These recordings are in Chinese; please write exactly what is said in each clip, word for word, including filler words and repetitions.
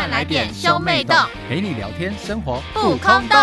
快来点兄妹洞， 陪你聊天，生活不空洞。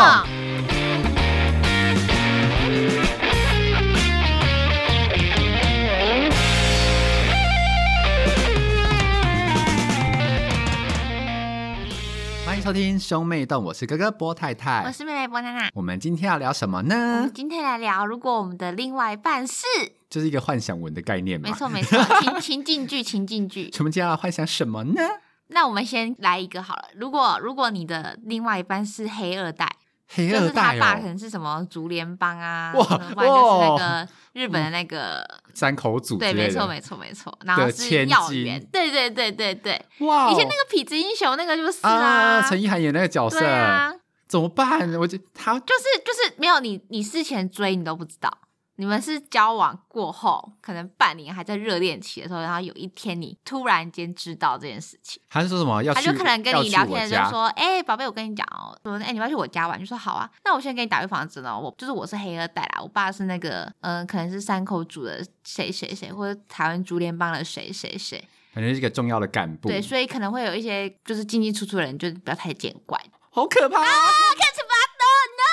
欢迎收听兄妹洞，我是哥哥波太太， 我是妹妹波娜娜。 我们今天要聊什么呢？ 我们今天来聊，如果我们的另外一半是， 就是一个幻想文的概念嘛。 没错没错，情情境剧，情境剧。 我们今天要幻想什么呢？ 那我们先来一个好了。如果如果你的另外一半是黑二代， 黑二代、哦、 就是他爸可能是什么竹联帮啊， 哇， 不然就是那个日本的那个、嗯、 山口组之类的， 对，没错没错没错，然后是要员，对对对对对， 哇， 以前那个痞子英雄那个就是啊， 陈意涵演那个角色， 对啊， 怎么办？我觉得他就是就是没有你，你事前追你都不知道。你们是交往过后可能半年还在热恋期的时候，然后有一天你突然间知道这件事情， 他是说什么要去， 他就可能跟你聊天的时候说，哎、欸，宝贝我跟你讲哦，说哎、欸、你要去我家玩，就说好啊，那我先给你打预防针哦，我就是我是黑二代啦，我爸是那个嗯、呃、可能是山口组的谁谁谁，或者台湾竹联帮的谁谁谁， 感觉是一个重要的干部， 对，所以可能会有一些就是进进出出的人就不要太见怪， 好可怕啊， 开始发抖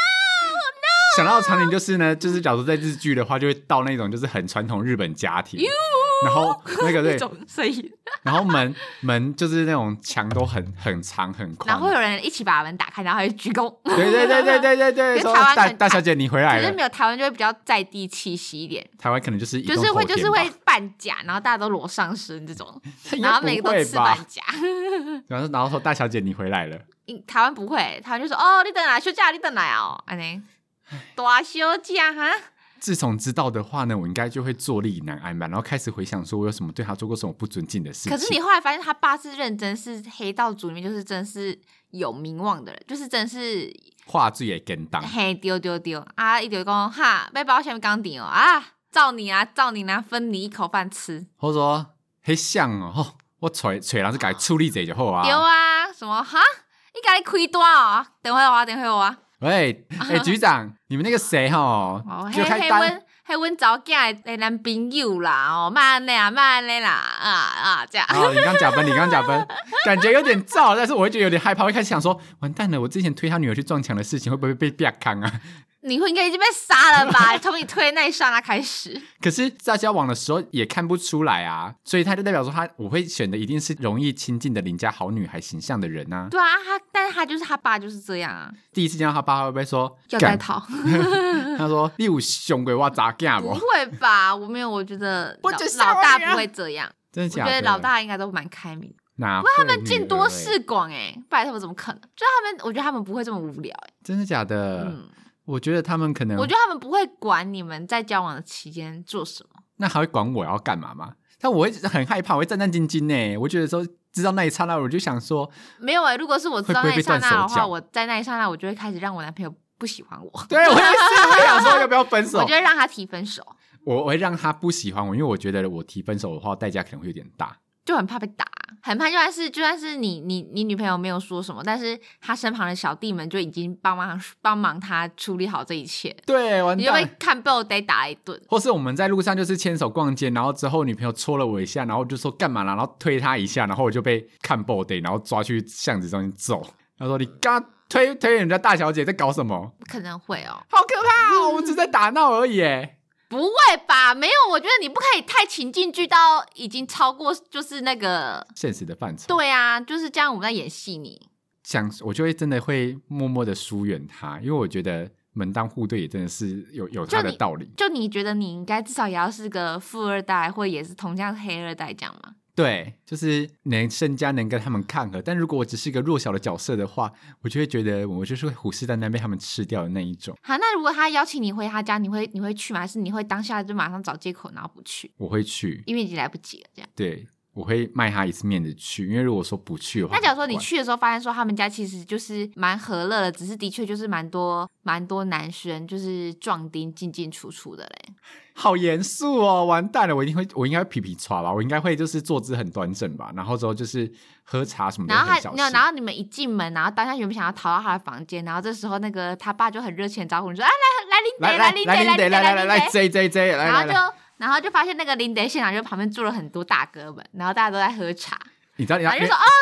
no no， 想到的场景就是呢，就是假如在日剧的话，就会到那种就是很传统日本家庭，然后那个对， 所以然后门门就是那种墙都很很长很宽， 然后会有人一起把门打开，然后还鞠躬， 对对对对对对对，说大大小姐你回来了， 可是没有台湾就会比较在地气息一点， 台湾可能就是就是会就是会扮假，然后大家都裸上身这种，然后每个都吃半假， 然后然后说大小姐你回来了， 台湾不会，台湾就说哦你等来休假你等来哦，安尼大休假哈。 自从知道的话呢，我应该就会坐立难安吧，然后开始回想说我有什么对他做过什么不尊敬的事情。 可是你后来发现他爸是认真，是黑道组里面就是真是有名望的人，就是真是话剧也跟当， 嘿丢丢丢啊，一丢讲哈要包下面钢顶哦啊，照你啊照你啊，分你一口饭吃。 或者说黑像哦，哦我找找人是给处理这就好啊。 对啊，什么哈？你给你开单哦，等会我啊，等会我啊。 喂，哎、欸，局长，你们那个谁哈、哦，就开单， 还阮早囝的男朋友啦，哦，慢安尼啊，慢安尼啦，啊啊，这样。 哦，你刚假分，你刚假分，感觉有点燥，但是我会觉得有点害怕，会开始想说，完蛋了，我之前推他女儿去撞墙的事情会不会被啪康啊？ 你会应该已经被杀了吧？从你推那一刹那开始。 可是在交往的时候也看不出来啊，所以他就代表说他我会选的一定是容易亲近的邻家好女孩形象的人啊。 对啊，他但是他就是他爸就是这样啊。 第一次见到他爸会不会说要戴套？ 他说你有凶鬼我咋干不？ 不会吧？我没有，我觉得老, 老大不会这样。 真的假的？ 我觉得老大应该都蛮开明。 哪会？他们见多识广哎，不然他们怎么可能？就他们，我觉得他们不会这么无聊哎。 真的假的？嗯。我觉得他们可能， 我觉得他们不会管你们在交往的期间做什么， 那还会管我要干嘛吗？但我会很害怕，我会战战兢兢呢。我觉得说知道那一刹那，我就想说， 没有哎、欸。如果是我知道那一刹那的话，我在那一刹那，我就会开始让我男朋友不喜欢我。 对，我也是，我想说要不要分手？ 我就会让他提分手。 我我会让他不喜欢我，因为我觉得我提分手的话，代价可能会有点大。 就很怕被打，很怕就算是就算是你你你女朋友没有说什么，但是他身旁的小弟们就已经帮忙帮忙他处理好这一切。 对，完蛋， 你就被看爆得打一顿。 或是我们在路上就是牵手逛街，然后之后女朋友戳了我一下，然后就说干嘛啦，然后推他一下，然后我就被看爆得，然后抓去巷子中间揍。他说你刚推推人家大小姐在搞什么？ 可能会哦， 好可怕哦！我们只是在打闹而已耶。 不会吧？没有，我觉得你不可以太情境剧到已经超过就是那个现实的范畴。 对啊，就是这样，我们在演戏你。 想我就会真的会默默的疏远他，因为我觉得门当户对也真的是有有他的道理。 就 你, 就你觉得你应该至少也要是个富二代，或也是同样黑二代这样吗？ 对，就是能身家能跟他们抗衡，但如果我只是一个弱小的角色的话，我就会觉得我就是会虎视眈眈被他们吃掉的那一种。 好，那如果他邀请你回他家，你会你会去吗？还是你会当下就马上找借口然后不去？ 我会去， 因为已经来不及了这样。 对，我会卖他一次面子去，因为如果说不去的话， 那假如说你去的时候发现说他们家其实就是蛮和乐的，只是的确就是蛮多蛮多男生就是壮丁进进出出的嘞。 好严肃哦，完蛋了！我一定会，我应该会皮皮唰吧，我应该会就是坐姿很端正吧，然后之后就是喝茶什么的很小心。 然后然后你们一进门，然后当下原本想要逃到他的房间，然后这时候那个他爸就很热情的招呼你说：“啊，来来林德，来林德，来林德，来来来来 J J J， 来来来。”然后就然后就发现那个林德现场就旁边坐了很多大哥们，然后大家都在喝茶。 你知道你要然后就说：“哦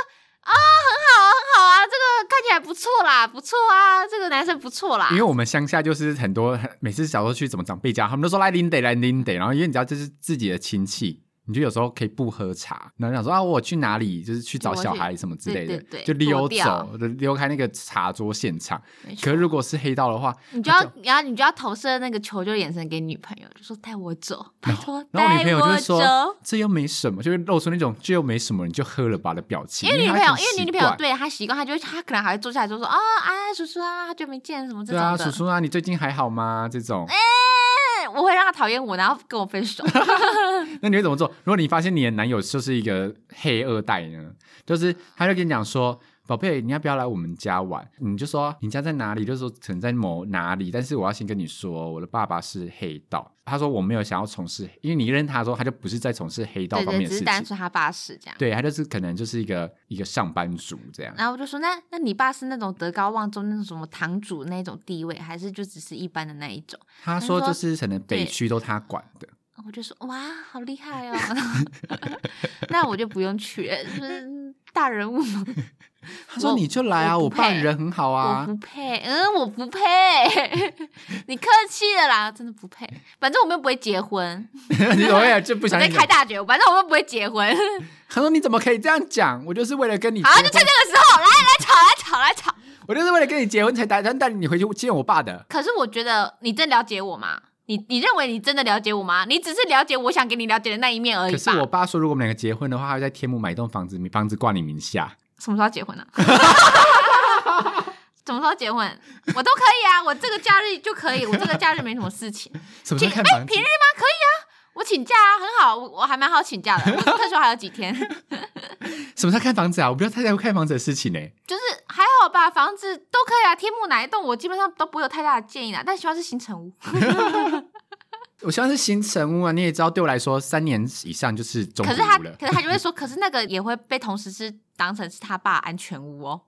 啊，很好很好啊，这个看起来不错啦，不错啊，这个男生不错啦。 因为我们乡下就是很多，每次小时候去怎么长辈家，他们都说来拎得来拎得，然后因为你知道这是自己的亲戚，你就有时候可以不喝茶，然后想说啊，我去哪里，就是去找小孩什么之类的， 对对对就溜走，溜开那个茶桌现场。可是如果是黑道的话， 你就要，然后你就要投射那个求救眼神给女朋友，就说带我走，拜托带我走。 然后女朋友就会说这又没什么，就会露出那种这又没什么，你就喝了吧的表情。 因为女朋友，因为你女朋友对他习惯，他就会，他可能还会坐下来就说啊，哎，叔叔啊，好久没见什么这种的。 对啊，叔叔啊，你最近还好吗？这种。 哎、我会让他讨厌我，然后跟我分手。 那你会怎么做？如果你发现你的男友就是一个黑二代呢？就是他就跟你讲说，宝贝，你要不要来我们家玩？你就说你家在哪里？就说可能在某哪里，但是我要先跟你说，我的爸爸是黑道。他说我没有想要从事，因为你认他说他就不是在从事黑道方面的事情，对对， 只是单纯他爸是这样。 对，他就是可能就是一个一个上班族这样。 然后我就说，那那你爸是那种德高望重那种什么堂主那种地位，还是就只是一般的那一种？ 他说就是可能北区都他管的。 我就说哇，好厉害哦！那我就不用去了，就是大人物。 他说你就来啊，我, 我爸人很好啊。 我不配，嗯，我不配。你客气了啦，真的不配。反正我们又不会结婚。 你怎么会就不想？ 我在开大绝，反正我们不会结婚。 他说你怎么可以这样讲？我就是为了跟你好，就趁这个时候来来吵来吵来吵。 我就是为了跟你结婚才打算带你回去见我爸的。 可是我觉得你真了解我吗？你你认为你真的了解我吗？你只是了解我想给你了解的那一面而已吧。 可是我爸说，如果我们两个结婚的话，他会在天母买一栋房子，房子挂你名下。 什么时候结婚呢、啊？什么时候结婚？我都可以啊，我这个假日就可以，我这个假日没什么事情。 什么时候看房子？ 平日吗？可以啊，我请假啊，很好，我我还蛮好请假的，我特休还有几天。 什么时候看房子啊？我不要太在乎看房子的事情呢、欸。 就是还好吧，房子都可以啊，天幕哪一栋我基本上都不会有太大的建议啦，但希望是新成屋。 我希望是新成屋啊！你也知道，对我来说，三年以上就是中古屋了。 可是他，可是他就会说，可是那个也会被同时是当成是他爸安全屋哦。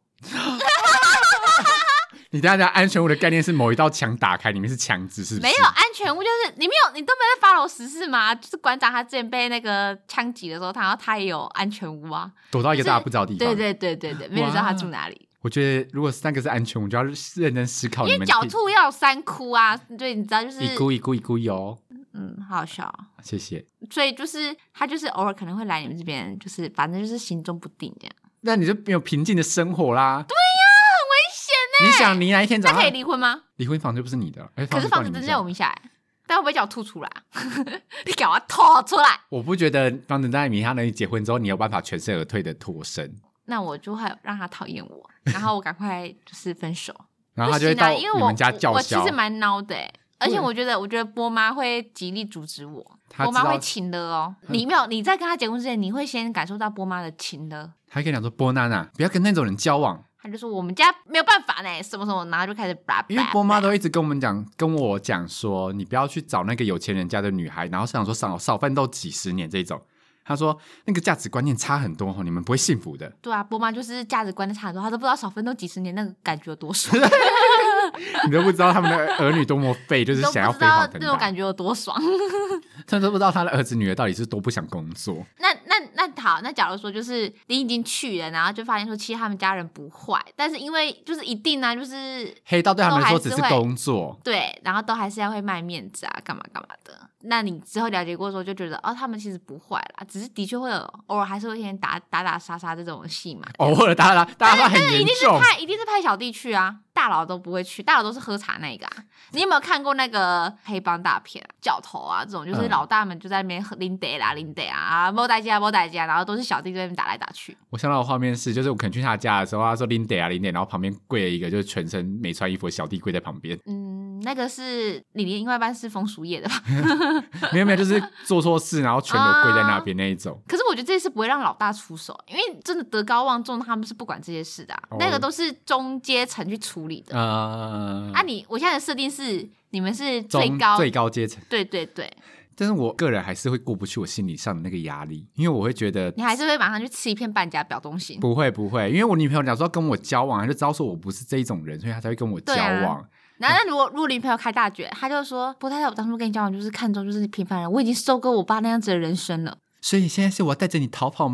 你大家安全屋的概念是某一道墙打开，里面是墙纸，是不是？ 没有安全屋，就是你没有，你都没有在 follow 时事吗？就是馆长他之前被那个枪击的时候，他然后他也有安全屋啊， 躲到一个大家不知道的地方。 对对对对对，没人知道他住哪里。 我觉得如果是那个是安全屋，就要认真思考。 因为狡兔要有三窟啊，对，你知道就是一哭一哭一哭有。 嗯，好好笑、哦， 谢谢。 所以就是他就是偶尔可能会来你们这边，就是反正就是行踪不定这样。 那你就没有平静的生活啦。 对呀、啊，很危险呢。 你想，你哪一天早上那可以离婚吗？ 离婚房就不是你的，欸、 可是房子真在我名下，但会不会叫我吐出来？你给我吐出来！ 我不觉得房子在你名下，你结婚之后，你有办法全身而退的脱身。 那我就会让他讨厌我，然后我赶快就是分手。 然后他就会到你们家叫嚣。 我, 我其实蛮孬的哎。而且我觉得，我觉得波妈会极力阻止我。波妈会情的哦，你没有你在跟他结婚之前，你会先感受到波妈的情的。 他跟你讲说，波娜娜不要跟那种人交往。 他就说我们家没有办法呢，什么什么，然后就开始叭叭。 因为波妈都一直跟我们讲，跟我讲说，你不要去找那个有钱人家的女孩，然后想说少少奋斗几十年这种。他说那个价值观念差很多，你们不会幸福的。 对啊，波妈就是价值观念差很多，他都不知道少奋斗几十年那个感觉有多爽。 你都不知道他们的儿女多么废，就是想要飞黄腾达， 那种感觉有多爽。 他都不知道他的儿子女儿到底是多不想工作。 那那那好，那假如说就是你已经去了，然后就发现说其实他们家人不坏，但是因为就是一定啊，就是黑道对他们来说只是工作， 对，然后都还是要会卖面子啊，干嘛干嘛的。那你之后了解过的时候就觉得哦，他们其实不坏啦，只是的确会有偶尔还是会先打打打杀杀这种戏嘛。 偶尔打打打打很严重， 一定是派一定是派小弟去啊，大佬都不会去，大佬都是喝茶那个啊。你有没有看过那个黑帮大片啊？角头啊这种，就是老大们就在那边拎得啦拎得啊啊，没代家没代家，然后都是小弟在那边打来打去。 我想到的画面是，就是我可能去他家的时候，他说拎得啊拎得，然后旁边跪了一个就是全身没穿衣服的小弟跪在旁边。 嗯，那个是你另外一半是风俗业的吧？ 没有没有，就是做错事然后全都跪在那边那一种、啊。 可是我觉得这次不会让老大出手，因为真的德高望重，他们是不管这些事的、啊哦，那个都是中阶层去处理的。呃、啊你，你我现在的设定是你们是最高最高阶层， 对对对。 但是我个人还是会过不去我心理上的那个压力，因为我会觉得你还是会马上去吃一片半价表忠心。 不会不会，因为我女朋友讲说要跟我交往，她就知道说我不是这一种人，所以她才会跟我交往。 然后那如果如果女朋友开大绝，她就说波太太，我当初跟你交往就是看中就是平凡人，我已经收割我爸那样子的人生了。 所以现在是我要带着你逃跑吗？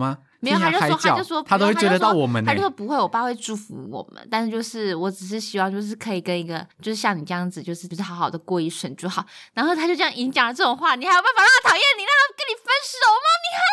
没有，他就说他就说他都会觉得到我们、欸， 他就说不会，我爸会祝福我们，但是就是我只是希望就是可以跟一个就是像你这样子，就是就是好好的过一生就好。然后他就这样已经讲了这种话，你还有办法让他讨厌你，让他跟你分手吗？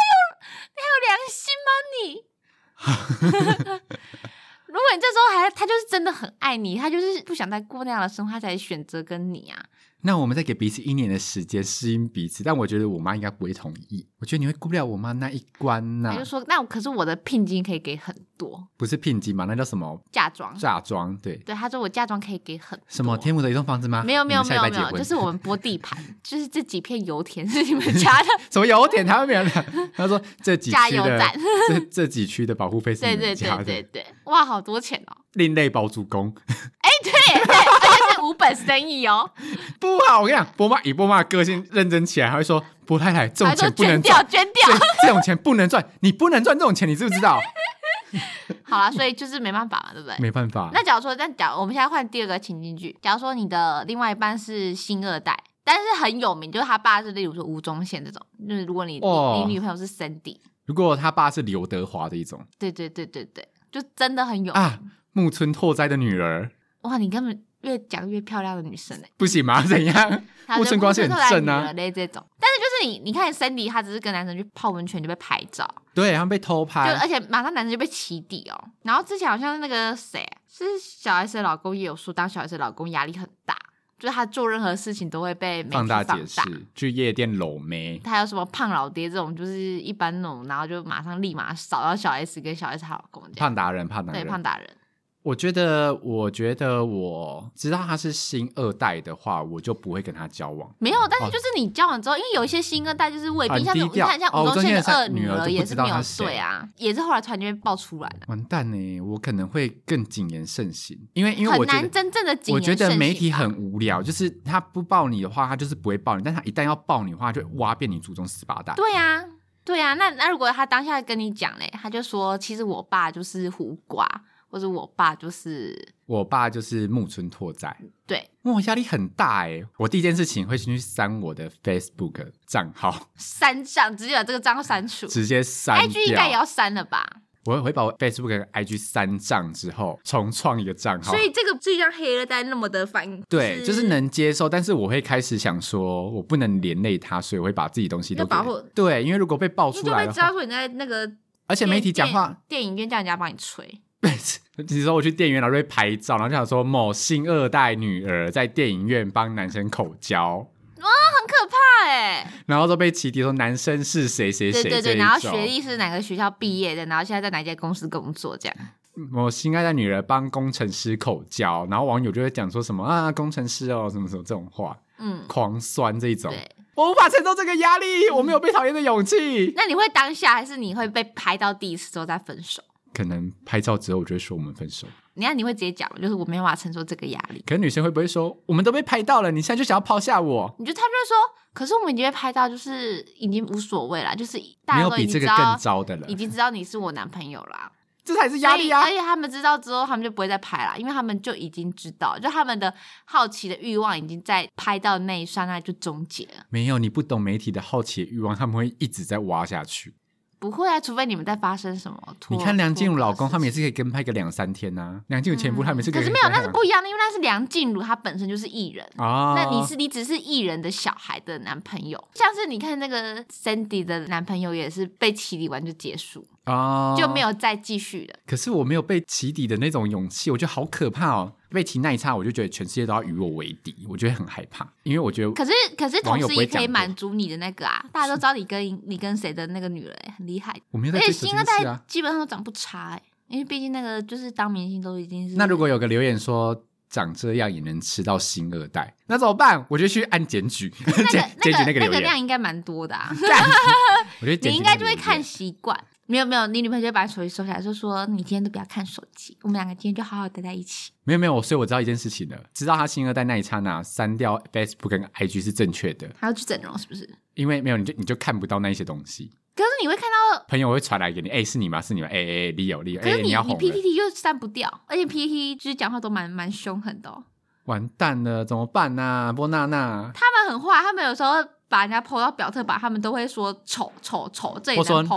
你还有你还有良心吗你？如果你这时候还他就是真的很爱你，他就是不想再过那样的生活，他才选择跟你啊。 那我们再给彼此一年的时间适应彼此，但我觉得我妈应该不会同意。我觉得你会过不了我妈那一关呐、啊。 他就说，那可是我的聘金可以给很多， 不是聘金嘛？那叫什么？ 嫁妆。 嫁妆，对对，他说我嫁妆可以给很多。 什么天母的一栋房子吗？ 没有没有没有没有，就是我们拨地盘，就是这几片油田是你们家的。 什么油田？他们没有。他说这几区的这这几区的保护费是你们家的。 对对对对对，哇，好多钱哦！ 另类包租公。 哎、欸，对对，而且是无本生意哦。 不好，我跟你讲，波妈以波妈的个性认真起来，还会说波太太这种钱不能赚， 捐掉，捐掉， 这种钱不能赚，你不能赚这种钱，你知不知道？ 好啦，所以就是没办法嘛，对不对？ 没办法。 那假如说，那假如我们现在换第二个情境剧，假如说你的另外一半是星二代，但是很有名，就是他爸是例如说吴宗宪这种，就是如果你、哦、你, 你女朋友是 Sandy， 如果他爸是刘德华的一种， 对对对对对，就真的很有名啊，木村拓哉的女儿。 哇，你根本越讲越漂亮的女生哎、欸， 不行吗？怎样？木村光是很正啊， 这种。但是就是你，你看 Sandy， 她只是跟男生去泡温泉就被拍照， 对，他们被偷拍， 就而且马上男生就被起底哦。然后之前好像那个谁是小 S 的老公也有说，当小 S 的老公压力很大，就是他做任何事情都会被媒体放大解释，去夜店搂妹， 他有什么胖老爹这种，就是一般那种，然后就马上立马扫到小 S 跟小 S 她老公这样。 胖达人，胖达人， 对，胖达人。 我觉得，我觉得我知道他是星二代的话，我就不会跟他交往。 没有，但是就是你交往之后，哦、因为有一些星二代就是未必、啊、像你看像吴宗宪的二女儿也是没有、哦、对啊，也是后来突然就被爆出来了。 完蛋呢，我可能会更谨言慎行，因为因为我觉得很难真正的谨言慎行。 我觉得媒体很无聊，就是他不爆你的话，他就是不会爆你，但他一旦要爆你的话，就会挖遍你祖宗十八代。 对啊，对啊，那那如果他当下跟你讲嘞，他就说其实我爸就是胡瓜。或者我爸就是我爸就是木村拓哉， 对， 哇，压力很大哎！我第一件事情会先去删我的 Facebook 账号， 删账，直接把这个账号删除， 直接删掉。 I G 应该也要删了吧？ 我会把我 Facebook 跟 I G 删账之后，重创一个账号。 所以这个最让黑二代那么的反， 对，就是能接受，但是我会开始想说，我不能连累他，所以我会把自己东西都给保护。 对，因为如果被爆出来的话， 你就会知道说你在那个， 而且媒体讲话， 电影院叫人家帮你吹。 你说我去电影院，然后就会拍照，然后就想说某星二代女儿在电影院帮男生口交， 哇，很可怕哎！ 然后都被起底说男生是谁谁谁， 对对对，然后学历是哪个学校毕业的，然后现在在哪家公司工作这样。 某星二代女儿帮工程师口交，然后网友就会讲说什么啊工程师哦什么什么这种话，嗯，狂酸这种。我无法承受这个压力，我没有被讨厌的勇气。 那你会当下，还是你会被拍到第一次之后再分手？ 可能拍照之后我就会说我们分手。 你看你会直接讲，就是我没办法承受这个压力。 可是女生会不会说我们都被拍到了，你现在就想要抛下我？ 你就他就会说，可是我们已经被拍到，就是已经无所谓了，就是大家都已经知道， 没有比这个更糟的了， 已经知道你是我男朋友啦。 这才是压力啊！ 而且他们知道之后，他们就不会再拍了，因为他们就已经知道，就他们的好奇的欲望已经在拍到那一刹那就终结了。 没有，你不懂媒体的好奇的欲望，他们会一直在挖下去。 不会啊，除非你们在发生什么。 你看梁静茹老公，他们也是可以跟拍个两三天啊。梁静茹前夫他们也是可以、 嗯，可是没有，那是不一样的，因为那是梁静茹，她本身就是艺人哦。那你是你只是艺人的小孩的男朋友，像是你看那个 Sandy 的男朋友也是被起底完就结束哦，就没有再继续了。 可是我没有被起底的那种勇气，我觉得好可怕哦。被起那一刹，我就觉得全世界都要与我为敌，我觉得很害怕，因为我觉得可是可是同时也可以满足你的那个啊，大家都知道你跟你跟谁的那个女人、欸、很厉害， 我没有在追求这件事啊。而且新二代基本上都长不差哎、欸，因为毕竟那个就是当明星都已经是。 那如果有个留言说长这样也能吃到新二代，那怎么办？我就去按检举， 那个检举那个留言， 那个量应该蛮多的啊。 我觉得你应该就会看习惯。没有没有，你女朋友就把手机收起来，就说你今天都不要看手机，我们两个今天就好好待在一起。 没有没有，所以我知道一件事情了，知道他新二代那一刹那删掉 Facebook 跟 I G 是正确的。 还要去整容是不是？ 因为没有你就你就看不到那些东西。 可是你会看到朋友会传来给你，哎、欸，是你吗？是你吗？哎、欸、哎、欸，你有你有， 可是 你,、欸、 你要红了， 你 P T T 又删不掉，而且 P T T 就是讲话都蛮蛮凶狠的哦。 完蛋了，怎么办啊？波娜娜他们很坏，他们有时候把人家 po 到表特版，他们都会说丑丑丑，这也能 po。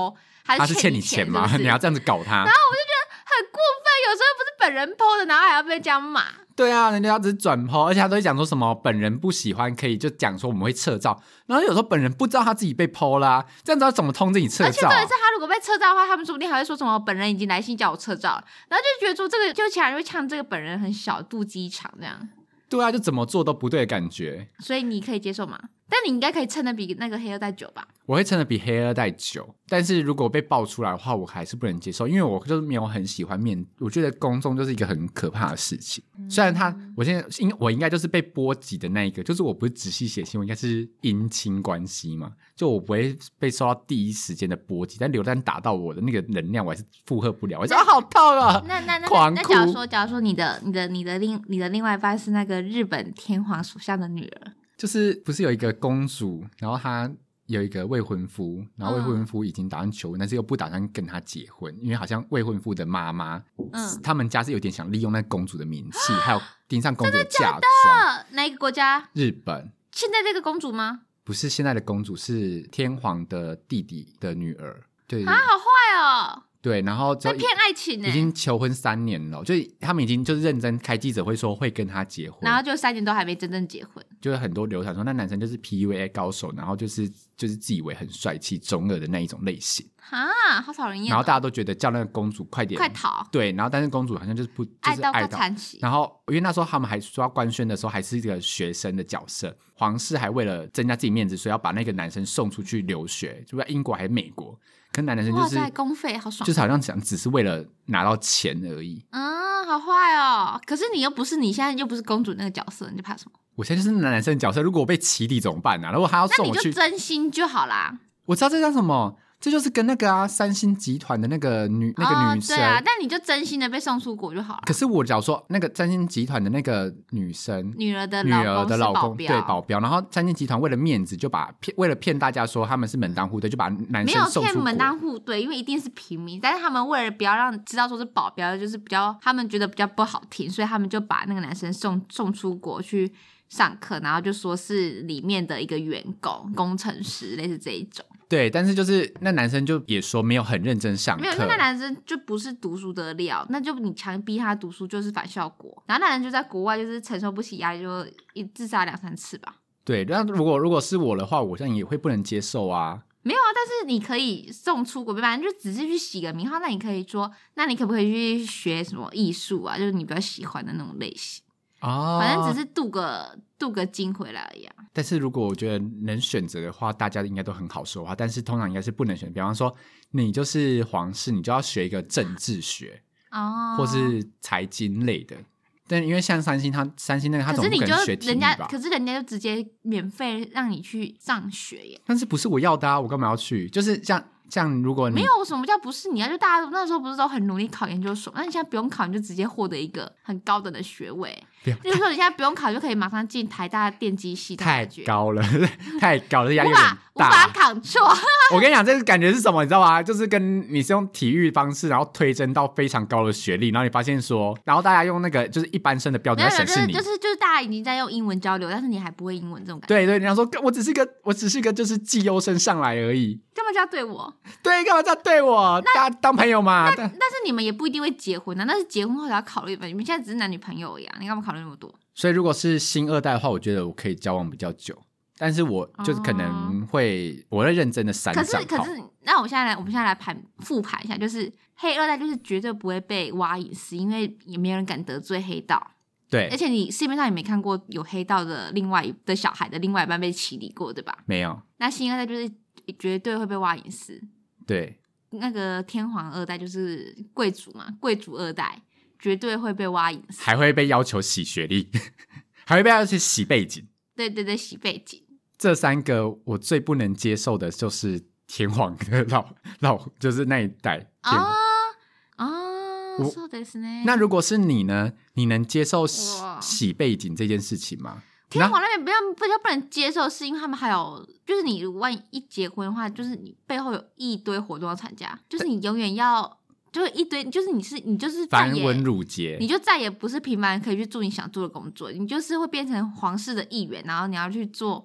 他是欠你钱吗？ 是是你要这样子搞他？ 然后我就觉得很过分，有时候不是本人 po 的，然后还要被这样骂。 对啊，人家只是转 po， 而且他都会讲说什么本人不喜欢可以就讲说我们会撤照，然后有时候本人不知道他自己被 po 啦、啊，这样子要怎么通知你撤照、啊？而且重点是他如果被撤照的话，他们说不定还会说什么本人已经来信叫我撤照了，然后就觉得说这个就其他人会呛这个本人很小肚鸡肠这样。 对啊，就怎么做都不对的感觉。 所以你可以接受吗？但你应该可以撑得比那个黑二代久吧？ 我会撑得比黑二代久，但是如果被爆出来的话，我还是不能接受，因为我就是没有很喜欢面，我觉得公众就是一个很可怕的事情。嗯、虽然他，我现在应我应该就是被波及的那一个，就是我不是直系血亲，我应该是姻亲关系嘛，就我不会被受到第一时间的波及，但榴弹打到我的那个能量，我还是负荷不了，我觉得好痛啊！ 那那那那那假如说，假如说你的你的你的另你的另外一半是那个日本天皇属下的女儿。 就是不是有一个公主，然后她有一个未婚夫，然后未婚夫已经打算求婚、嗯、但是又不打算跟她结婚，因为好像未婚夫的妈妈、嗯、他们家是有点想利用那个公主的名气还有盯上公主的嫁妆。真的假的？哪一个国家？ 日本。 现在这个公主吗？ 不是现在的公主，是天皇的弟弟的女儿。对啊，好坏哦。 对，然后在骗爱情、欸、 已经求婚三年了，就是他们已经就是认真开记者会说会跟他结婚， 然后就三年都还没真正结婚， 就是很多流传说那男生就是 P U A 高手，然后就是就是自以为很帅气中二的那一种类型啊，好讨人厌、哦。 然后大家都觉得叫那个公主快点快逃， 对，然后但是公主好像就是不就是爱到爱到残疾， 然后因为那时候他们还说官宣的时候还是一个学生的角色，皇室还为了增加自己面子，所以要把那个男生送出去留学，就在英国还是美国。可是男生就是哇塞，公费好爽， 就是好像想只是为了拿到钱而已。 嗯，好坏哦。可是你又不是你现在又不是公主那个角色，你就怕什么？ 我现在就是男生的角色，如果我被起底怎么办呢、啊？如果他要送我去， 那你就真心就好啦。 我知道这叫什么，这就是跟那个啊三星集团的那个女那个女生、 哦、对啊，但你就真心的被送出国就好了。 可是我假如说那个三星集团的那个女生女儿的女儿的老公对保镖，然后三星集团为了面子就把骗为了骗大家说他们是门当户对，就把男生送出国。 没有骗门当户对，因为一定是平民，但是他们为了不要让知道说是保镖，就是比较他们觉得比较不好听，所以他们就把那个男生送送出国去上课，然后就说是里面的一个员工工程师，类似这一种。 对，但是就是那男生就也说没有很认真上课， 没有，那男生就不是读书的料，那就你强逼他读书就是反效果。然后那人就在国外就是承受不起压力，就一自杀两三次吧。 对，那如果如果是我的话，我现在也会不能接受啊。 没有啊，但是你可以送出国，反正就只是去洗个名号。那你可以说，那你可不可以去学什么艺术啊？就是你比较喜欢的那种类型。哦，反正只是镀个镀个金回来而已啊。 但是如果我觉得能选择的话，大家应该都很好说话，但是通常应该是不能选。比方说你就是皇室，你就要学一个政治学哦，或是财经类的。但因为像三星，他三星那个他总不可能学体育吧？ 可是人家就直接免费让你去上学耶。 但是不是我要的啊？我干嘛要去？就是像像如果你没有什么叫不是你啊，就大家那时候不是都很努力考研究所，那你现在不用考，你就直接获得一个很高等的学位。例如说你现在不用考就可以马上进台大电机系， 太高了，太高了，压力有点大， 无法扛错。 我跟你讲，这个感觉是什么，你知道吗？就是跟你是用体育方式，然后推甄到非常高的学历，然后你发现说，然后大家用那个就是一般生的标准来审视你， 就是就是大家已经在用英文交流，但是你还不会英文这种感觉。 对对，你要说我只是个我只是个就是技优生上来而已， 干嘛这样对我？ 对，干嘛这样对我？大家当朋友嘛。 但但是你们也不一定会结婚啊，但是结婚后才要考虑吧？你们现在只是男女朋友一样，你干嘛考虑那么多？ 所以如果是新二代的话，我觉得我可以交往比较久，但是我就是可能会、哦、我会认真的删账号。 可是可是，那我现在来，我们现在来盘复盘一下，就是黑二代就是绝对不会被挖隐私，因为也没有人敢得罪黑道。 对， 而且你市面上也没看过有黑道的另外的小孩的另外一半被起底过，对吧？ 没有。 那新二代就是绝对会被挖隐私。 对， 那个天皇二代就是贵族嘛，贵族二代。绝对会被挖隐私， 还会被要求洗学历，还会被要求洗背景。 对对对，洗背景。 这三个我最不能接受的就是天皇的老老，就是那一代天皇。 哦哦，そうですね。 那如果是你呢？你能接受洗, 洗背景这件事情吗？ 天皇那边比较比较不能接受，是因为他们还有，就是你万一一结婚的话，就是你背后有一堆活动要参加，就是你永远要。就是一堆，就是你是你就是繁文缛节， 你就再也不是平凡人可以去做你想做的工作，你就是会变成皇室的一员，然后你要去做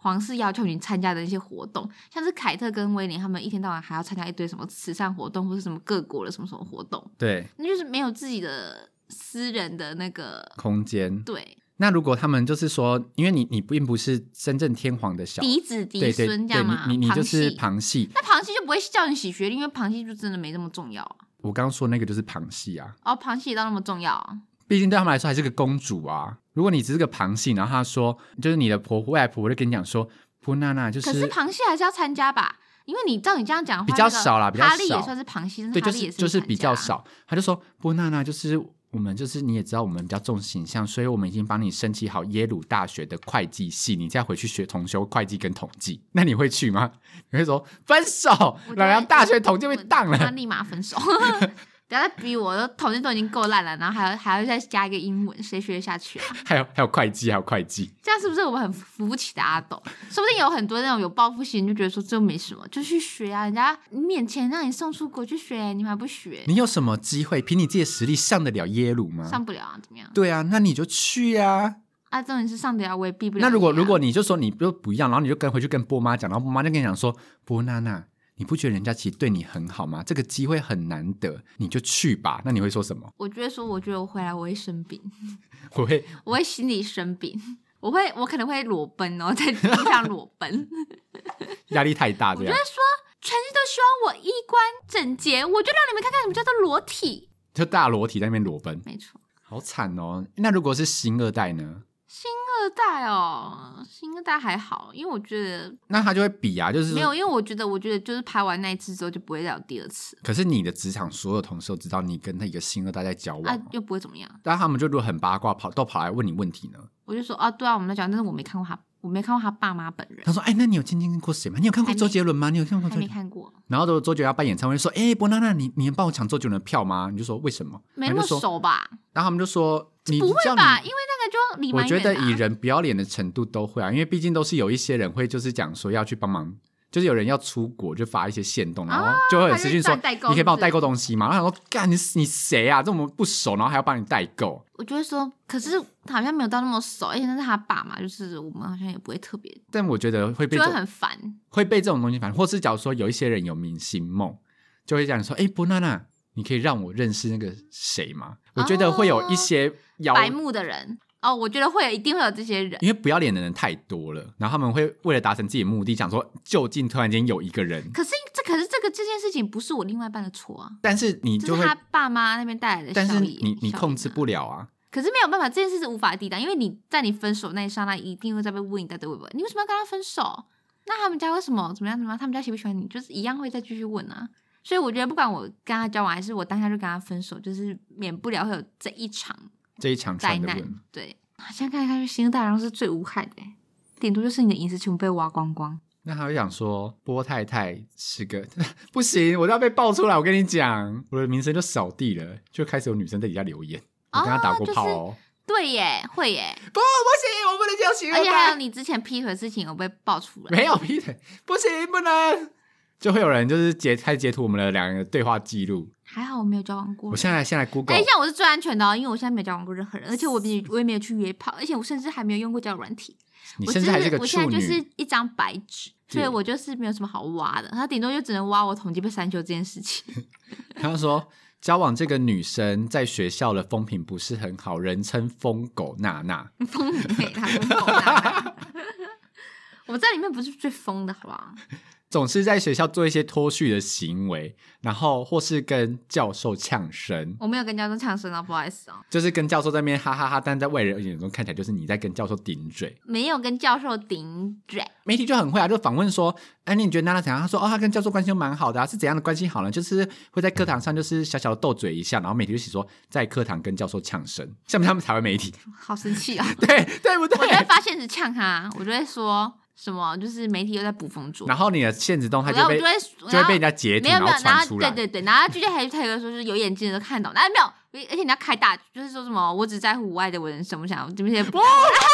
皇室要求你参加的一些活动，像是凯特跟威廉他们一天到晚还要参加一堆什么慈善活动或是什么各国的什么什么活动， 对， 那就是没有自己的私人的那个空间。 对， 那如果他们就是说，因为你你并不是真正天皇的小嫡子嫡孙这样嘛， 你你你就是旁系， 那旁系就不会叫你洗学历，因为旁系就真的没那么重要啊。 我刚刚说那个就是旁系啊。 哦，旁系也到那么重要啊？ 毕竟对他们来说还是个公主啊。如果你只是个旁系，然后他说就是你的婆婆外婆，我就跟你讲说，波娜娜就是， 可是旁系还是要参加吧？因为你照你这样讲的话， 比较少啦，比较少。 哈利也算是旁系， 对，就是就是比较少。他就说波娜娜就是我们就是你也知道我们比较重形象，所以我们已经帮你申请好耶鲁大学的会计系，你再回去学重修会计跟统计。那你会去吗？你会说分手，然后大学统计被当了， 他立马分手。不要再逼我，都统计都已经够烂了，然后还要还要再加一个英文，谁学得下去啊？ 还有还有会计，还有会计， 这样是不是我们很扶不起的阿斗？说不定有很多那种有报复心，就觉得说这没什么，就去学啊！人家免钱让你送出国去学，你们还不学？ 你有什么机会凭你自己的实力上得了耶鲁吗？ 上不了啊，怎么样？ 对啊，那你就去啊！ 啊，重点是上得了，我也避不了、 啊。那如果如果你就说你不不一样，然后你就跟回去跟波妈讲，然后波妈就跟你讲说，波娜娜。你不觉得人家其实对你很好吗？这个机会很难得，你就去吧。那你会说什么？ 我觉得说，我觉得我回来我会生病， 我会， 我会心里生病，我会，我可能会裸奔哦，在地上裸奔， 压力太大。这样， 我觉得说，全世界都希望我衣冠整洁，我就让你们看看什么叫做裸体， 就大裸体在那边裸奔， 没错， 好惨哦。那如果是星二代呢？ 星二代哦，星二代还好，因为我觉得那他就会比啊，就是没有，因为我觉得，我觉得就是拍完那一次之后就不会再有第二次。 可是你的职场所有同事都知道你跟那个星二代在交往， 啊，又不会怎么样。 但他们就如果很八卦，跑都跑来问你问题呢？ 我就说啊，对啊，我们在讲，但是我没看过他，我没看过他爸妈本人。 他说，哎，那你有亲近过谁吗？你有看过周杰伦吗？你有看过周杰伦？ 还没看过。 然后周杰伦要办演唱会，说，哎，波娜娜，你你能帮我抢周杰伦的票吗？你就说为什么？ 没那么熟吧？ 然后他们就说，你不会吧？因为那个就离蛮远的啊。 我觉得以人不要脸的程度都会啊，因为毕竟都是有一些人会就是讲说要去帮忙。就是有人要出国，就发一些限动，然后就会有私讯说、啊、你可以帮我代购东西吗？然后想说干你你谁啊？这我们不熟，然后还要帮你代购。 我就会说，可是好像没有到那么熟，而且那是他爸嘛，就是我们好像也不会特别。 但我觉得会被就会很烦， 会被这种东西烦，或是假如说有一些人有明星梦，就会讲说，哎，波娜娜，你可以让我认识那个谁吗？我觉得会有一些妖、 哦、白目的人。哦，我觉得会有，一定会有这些人， 因为不要脸的人太多了，然后他们会为了达成自己的目的，想说就近突然间有一个人。 可是这可是这个这件事情不是我另外一半的错啊， 但是你就会这是他爸妈那边带来的效益， 但是你你控制不了啊。 可是没有办法，这件事是无法抵挡，因为你在你分手那一刹那，一定会再被问你到底会不会，你为什么要跟他分手？那他们家为什么怎么样怎么样？他们家喜不喜欢你？就是一样会再继续问啊。所以我觉得不管我跟他交往，还是我当下就跟他分手，就是免不了会有这一场这一场灾难。 对。现在看来看去，星二代好像是最无害的，顶多就是你的隐私全部被挖光光。 那他会想说，波太太是个不行，我都要被爆出来。我跟你讲，我的名声就扫地了，就开始有女生在底下留言。我跟他打过炮哦。 就是、对耶，会耶。 不，不行，我不能叫星二代。 而且还有你之前劈腿的事情有被爆出来。 没有劈腿，不行，不能。就会有人就是截开始截图我们的两个对话记录。 还好我没有交往过。 我现在现在 Google， 哎，像我是最安全的哦，因为我现在没有交往过任何人，而且我也我也没有去约炮，而且我甚至还没有用过交友软体。 你甚至还是个处女。 我现在就是一张白纸，所以我就是没有什么好挖的。他顶多就只能挖我统计被删修这件事情。 他说交往这个女生在学校的风评不是很好，人称疯狗娜娜。 疯美她疯狗娜娜。我在里面不是最疯的好不好？ 总是在学校做一些脱序的行为，然后或是跟教授呛声。 我没有跟教授呛声啊，不好意思哦。 就是跟教授在那边哈哈哈，但在外人眼中看起来就是你在跟教授顶嘴。 没有跟教授顶嘴。 媒体就很会啊，就访问说，哎，你觉得娜娜怎样？他说，哦，他跟教授关系都蛮好的啊，是怎样的关系好呢？就是会在课堂上就是小小的斗嘴一下，然后媒体就写说在课堂跟教授呛声，像不像他们台湾媒体？ 好生气哦。 对对不对？ 我就会发现是呛他，我就会说。什么？就是媒体又在捕风捉影， 然后你的限时动态就被就会就会被人家截图， 没有没有， 然后传出来。 对对对，然后就在还还有说是有眼睛的都看懂，但没有，而且你要开大，就是说什么我只在乎我爱的人什么想，这些不，你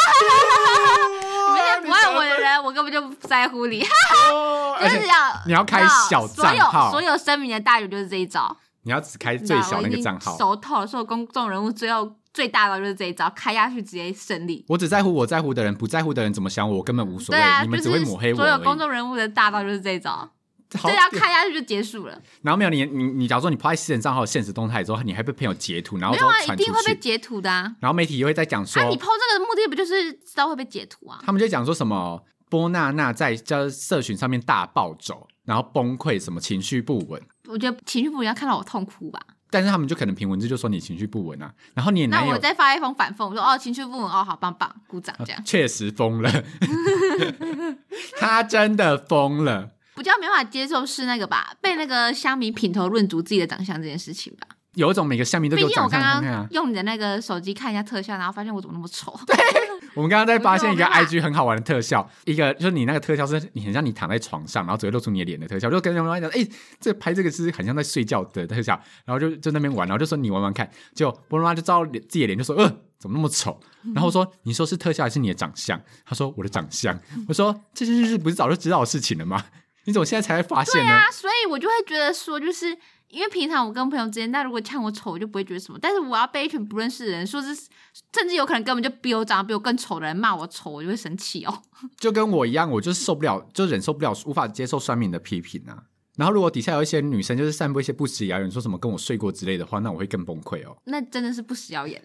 们这些不爱我的人，我根本就不在乎你。就是要你要开小账号， 所有所有声明的大语就是这一招。 你要只开最小那个账号， 熟透了，所有公众人物最后最大招就是这一招，开下去直接胜利。 我只在乎我在乎的人，不在乎的人怎么想我，我根本无所谓。 啊、 你们只会抹黑我而已。 所有公众人物的大招就是这一招，这招开下去就结束了。 然后没有你你你，假如说你抛在私人账号的现实动态之后，你还被朋友截图，然后之后传出去， 没有啊，一定会被截图的啊。 然后媒体也会在讲说， 啊，你抛这个目的不就是知道会被截图啊？ 他们就讲说什么波娜娜在叫社群上面大暴走，然后崩溃，什么情绪不稳。 我觉得情绪不稳要看到我痛哭吧。 但是他们就可能凭文字就说你情绪不稳啊，然后你也男友， 那我再发一封反讽，我说哦情绪不稳哦好棒棒，鼓掌这样。 确实疯了，他真的疯了。 比较没办法接受是那个吧，被那个乡民品头论足自己的长相这件事情吧。 有一种每个乡民都给我长相看看啊。 毕竟我刚刚用你的那个手机看一下特效，然后发现我怎么那么丑。 对，我们刚刚在发现一个 I G 很好玩的特效，一个就是你那个特效是你很像你躺在床上，然后只会露出你的脸的特效，就跟人家讲，哎、欸，这拍这个是很像在睡觉的特效，然后就就那边玩，然后就说你玩玩看，结果波妈就照自己的脸就说，呃，怎么那么丑？然后我说你说是特效还是你的长相？他说我的长相。我说这件事不是早就知道的事情了吗？你怎么现在才会发现呢？ 对啊，所以我就会觉得说，就是因为平常我跟朋友之间，那如果呛我丑，我就不会觉得什么。但是我要被一群不认识的人，说是甚至有可能根本就比我长得比我更丑的人骂我丑，我就会生气哦。 就跟我一样，我就是受不了，就忍受不了，无法接受酸民的批评啊。然后如果底下有一些女生就是散布一些不实谣言，说什么跟我睡过之类的话，那我会更崩溃哦。 那真的是不实谣言，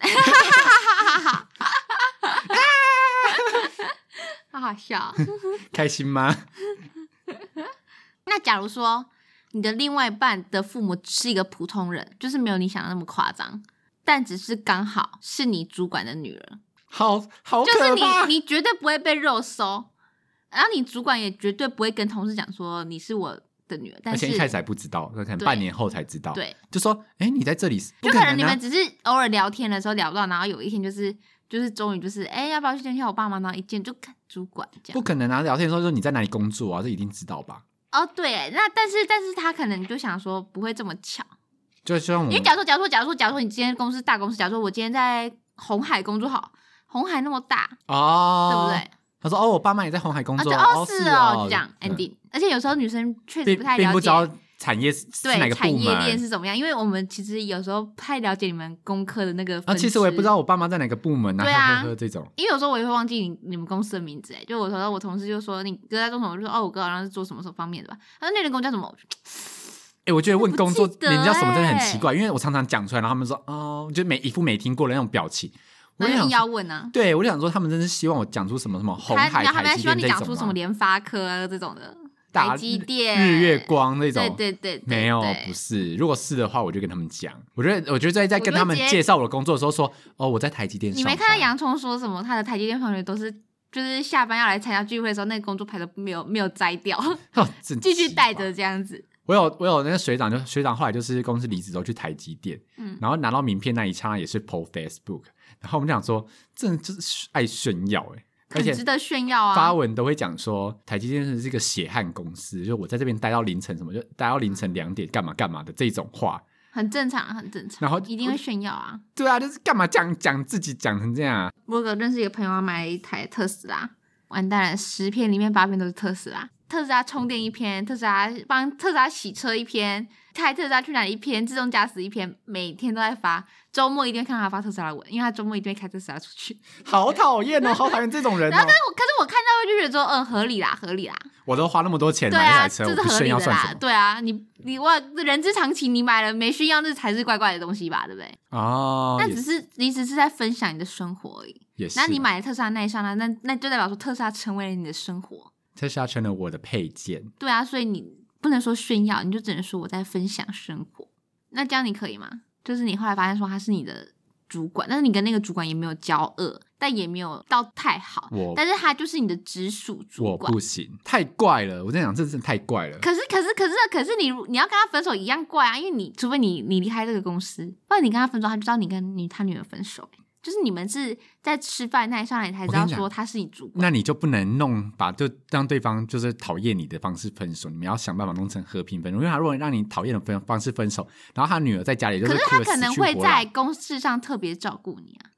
好好笑， 开心吗？ 那假如说你的另外一半的父母是一个普通人，就是没有你想的那么夸张，但只是刚好是你主管的女儿， 好好可怕， 就是你你绝对不会被肉收，然后你主管也绝对不会跟同事讲说你是我的女儿，但是而且一开始还不知道，可能半年后才知道， 对， 就说哎、欸，你在这里， 就可能你们只是偶尔聊天的时候聊到，然后有一天就是就是终于就是哎、欸，要不要去见一下我爸妈？然后一见就看主管这样， 不可能啊！聊天的时候说你在哪里工作啊，这一定知道吧？ 哦，对，那但是但是他可能就想说不会这么巧， 就像我们， 因为假如说假如说假如说假如说你今天公司大公司，假如说我今天在红海工作好，红海那么大哦， 对不对？ 他说哦，我爸妈也在红海工作， 哦， 哦是哦， 就这样 ending。而且有时候女生确实不太了解， 并不知道产业是对哪个部门， 产业链是怎么样，因为我们其实有时候不太了解你们工科的那个分支。 啊，其实我也不知道我爸妈在哪个部门啊， 对啊， 呵呵呵这种。 因为有时候我也会忘记你你们公司的名字，哎，就我说我同事就说你哥在做什么，我就说哦，我哥好像是做什么什么方面的吧。他说那人工叫什么？ 哎、欸，我觉得问工作人叫什么真的很奇怪， 欸、 因为我常常讲出来，然后他们说哦，就没一副没听过的那种表情。 我就硬要问啊， 对，我就想说他们真是希望我讲出什么什么红海、台积电这种、啊， 他们希望你讲出什么联发科啊这种的。台积电、 日月光那种， 对对 对, 对， 没有，不是。如果是的话，我就跟他们讲。我觉得，我觉得在在跟他们介绍我的工作的时候说，哦，我在台积电上班。 你没看到洋葱说什么？他的台积电同学都是，就是下班要来参加聚会的时候，那个工作牌都没有没有摘掉， 哦、 继续带着这样子。 我有我有那个学长，就学长后来就是公司离职之后去台积电，嗯，然后拿到名片那一刹那也是 po Facebook， 然后我们讲说，真的就是爱炫耀哎、欸。 很值得炫耀啊！ 发文都会讲说台积电是一个血汗公司，就我在这边待到凌晨什么，就待到凌晨两点干嘛干嘛的这种话， 很正常，很正常。 然后一定会炫耀啊！ 对啊，就是干嘛讲讲自己讲成这样啊？ 我有认识一个朋友，买了一台特斯拉，完蛋了，十篇里面八篇都是特斯拉。特斯拉充电一篇，特斯拉帮特斯拉洗车一篇，开特斯拉去哪里一篇，自动驾驶一篇，每天都在发。周末一定会看到他发特斯拉文，因为他周末一定会开特斯拉出去。 好讨厌哦，好讨厌这种人哦。 然后，可是我，可是我看到会就觉得说，嗯，合理啦，合理啦。 我都花那么多钱买一台车， 对啊，这是合理的啦。对啊，你你我人之常情，你买了没炫耀，这才是怪怪的东西吧，对不对？ 哦， 那只是你只是在分享你的生活而已。 也是。 那你买了特斯拉那一刹那，那那就代表说特斯拉成为了你的生活。 特斯拉成了我的配件。对啊，所以你不能说炫耀，你就只能说我在分享生活。那这样你可以吗？就是你后来发现说他是你的主管，但是你跟那个主管也没有交恶，但也没有到太好，但是他就是你的直属主管。 我不行，太怪了！我在想，这真的太怪了。 可是，可是，可是，可是你你要跟他分手一样怪啊，因为你除非你你离开这个公司，不然你跟他分手，他就知道你跟你他女儿分手。就是你们是在吃饭那一刹那，你才知道说他是你主管， 那你就不能弄把就让对方就是讨厌你的方式分手，你们要想办法弄成和平分手。因为他如果让你讨厌的方式分手，然后他女儿在家里就是哭得死去活来， 可是他可能会在公事上特别照顾你啊。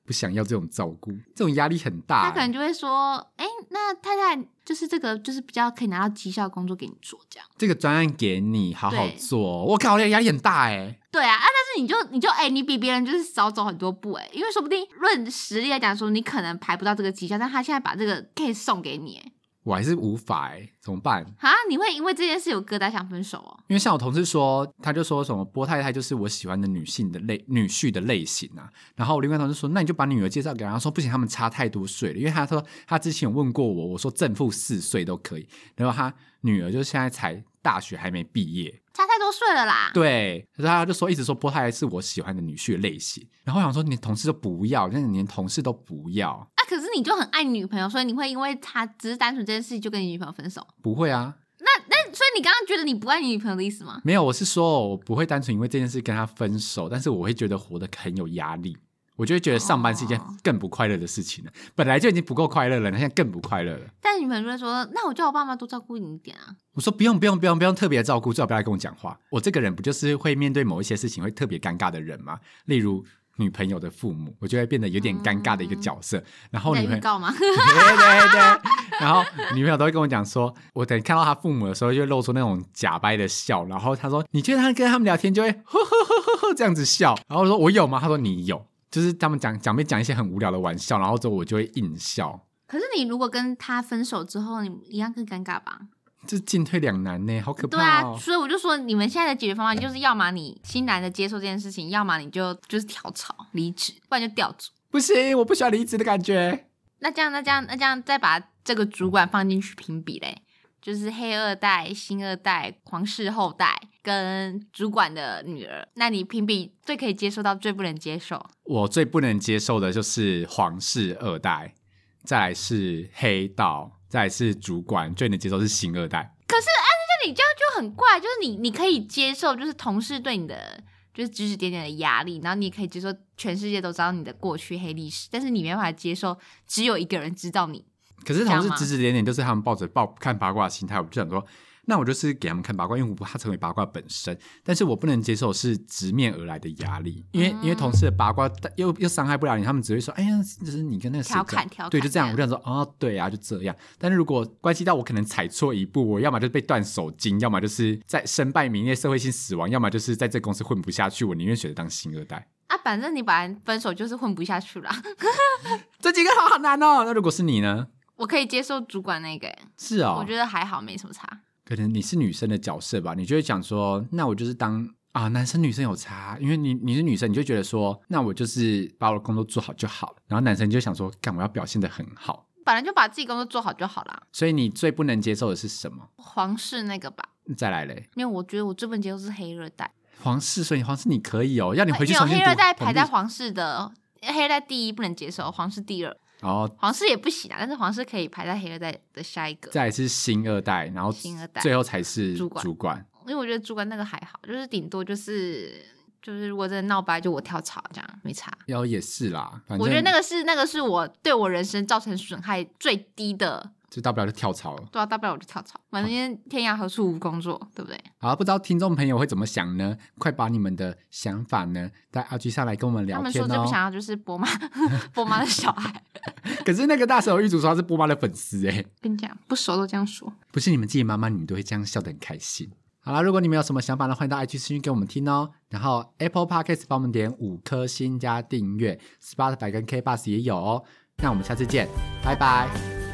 不想要这种照顾，这种压力很大、欸。 他可能就会说，哎、欸，那太太就是这个就是比较可以拿到绩效的工作给你做，这样这个专案给你好好做，我靠，压力很大哎、欸。 对啊，啊，但是你就你就哎、欸，你比别人就是少走很多步哎、欸，因为说不定论实力来讲说，你可能排不到这个绩效，但他现在把这个 case 送给你、欸， 我还是无法哎、欸，怎么办啊？你会因为这件事有疙瘩想分手哦？ 因为像我同事说，他就说什么波太太就是我喜欢的女性的类女婿的类型啊。然后我另外同事说，那你就把女儿介绍给他，说不行，他们差太多岁了。因为他说他之前有问过我，我说正负四岁都可以。然后他女儿就现在才大学还没毕业， 差太多岁了啦。 对，可是他就说一直说波太太是我喜欢的女婿的类型。然后我想说，你同事都不要，但是你连同事都不要啊？可是你就很爱女朋友，所以你会因为他只是单纯这件事情就跟你女朋友分手？ 不会啊。 那那所以你刚刚觉得你不爱你女朋友的意思吗？ 没有，我是说我不会单纯因为这件事跟他分手，但是我会觉得活得很有压力，我就会觉得上班是一件更不快乐的事情了。哦、本来就已经不够快乐了，现在更不快乐了。 但女朋友就会说，那我叫我爸妈多照顾你一点啊。 我说不用不用不用不用特别照顾，最好不要来跟我讲话。我这个人不就是会面对某一些事情会特别尴尬的人吗？例如女朋友的父母，我就会变得有点尴尬的一个角色。嗯、然后女朋友在预告吗？ 对对对。然后女朋友都会跟我讲说，我等看到他父母的时候，就会露出那种假掰的笑。然后他说，你觉得他跟他们聊天就会呵呵呵呵呵这样子笑。然后我说我有吗？他说你有，就是他们讲讲没讲一些很无聊的玩笑，然后之后我就会硬笑。 可是你如果跟他分手之后，你一样更尴尬吧？ 这进退两难呢，好可怕、哦。 对啊，所以我就说，你们现在的解决方法就是要么你欣然的接受这件事情，要么你就就是跳槽离职，不然就调组。 不行，我不喜欢离职的感觉。 那这样，那这样，那这样，再把这个主管放进去评比嘞，就是黑二代、新二代、皇室后代跟主管的女儿，那你评比最可以接受到最不能接受？ 我最不能接受的就是皇室二代，再来是黑道，再来是主管，最能接受是新二代。 可是啊，那你这样就很怪，就是你你可以接受，就是同事对你的就是指指点点的压力，然后你也可以接受全世界都知道你的过去黑历史，但是你没办法接受只有一个人知道你。 可是同事指指点点，就是他们抱着抱看八卦的心态，我就想说，那我就是给他们看八卦，因为我不怕成为八卦本身，但是我不能接受是直面而来的压力，因为、嗯、因为同事的八卦又又伤害不了你，他们只会说，哎呀，就是你跟那个谁调侃调侃， 对，就这样，我就想说，哦，对啊，就这样。但是如果关系到我可能踩错一步，我要么就是被断手筋，要么就是在身败名裂、社会性死亡，要么就是在这公司混不下去，我宁愿选择当新二代。 啊，反正你本来分手就是混不下去啦。 这几个好好难哦。那如果是你呢？ 我可以接受主管那个， 是哦， 我觉得还好，没什么差。 可能你是女生的角色吧，你就会讲说，那我就是当啊，男生女生有差，因为你你是女生，你就觉得说，那我就是把我的工作做好就好了。然后男生就想说，干我要表现得很好， 本来就把自己工作做好就好啦。 所以你最不能接受的是什么？ 皇室那个吧。 再来嘞， 因为我觉得我最不能接受是黑二代。 皇室，所以皇室你可以哦，要你回去重新读。 黑二代排在皇室的，黑二代第一不能接受，皇室第二。 哦， 皇室也不行啊，但是皇室可以排在黑二代的下一个。 再来是新二代，然后新二代最后才是主管。 主管， 因为我觉得主管那个还好，就是顶多就是就是如果真的闹掰，就我跳槽这样没差。 然后也是啦，反正我觉得那个是那个是我对我人生造成损害最低的。 就大不了就跳槽了， 对啊，大不了我就跳槽，反正天涯何处无工作，对不对？ 好，不知道听众朋友会怎么想呢？快把你们的想法呢在 I G 上来跟我们聊天哦。 他们说最不想要就是波妈波妈的小孩。 可是那个大手玉主说他是波妈的粉丝哎， 跟你讲，不熟都这样说。 不是你们自己妈妈，你们都会这样笑得很开心。好啦，如果你们有什么想法呢，欢迎到 I G 私讯给我们听哦。然后 Apple Podcast 帮我们点五颗星加订阅， Spotify 跟 K Bus 也有哦。那我们下次见，拜拜。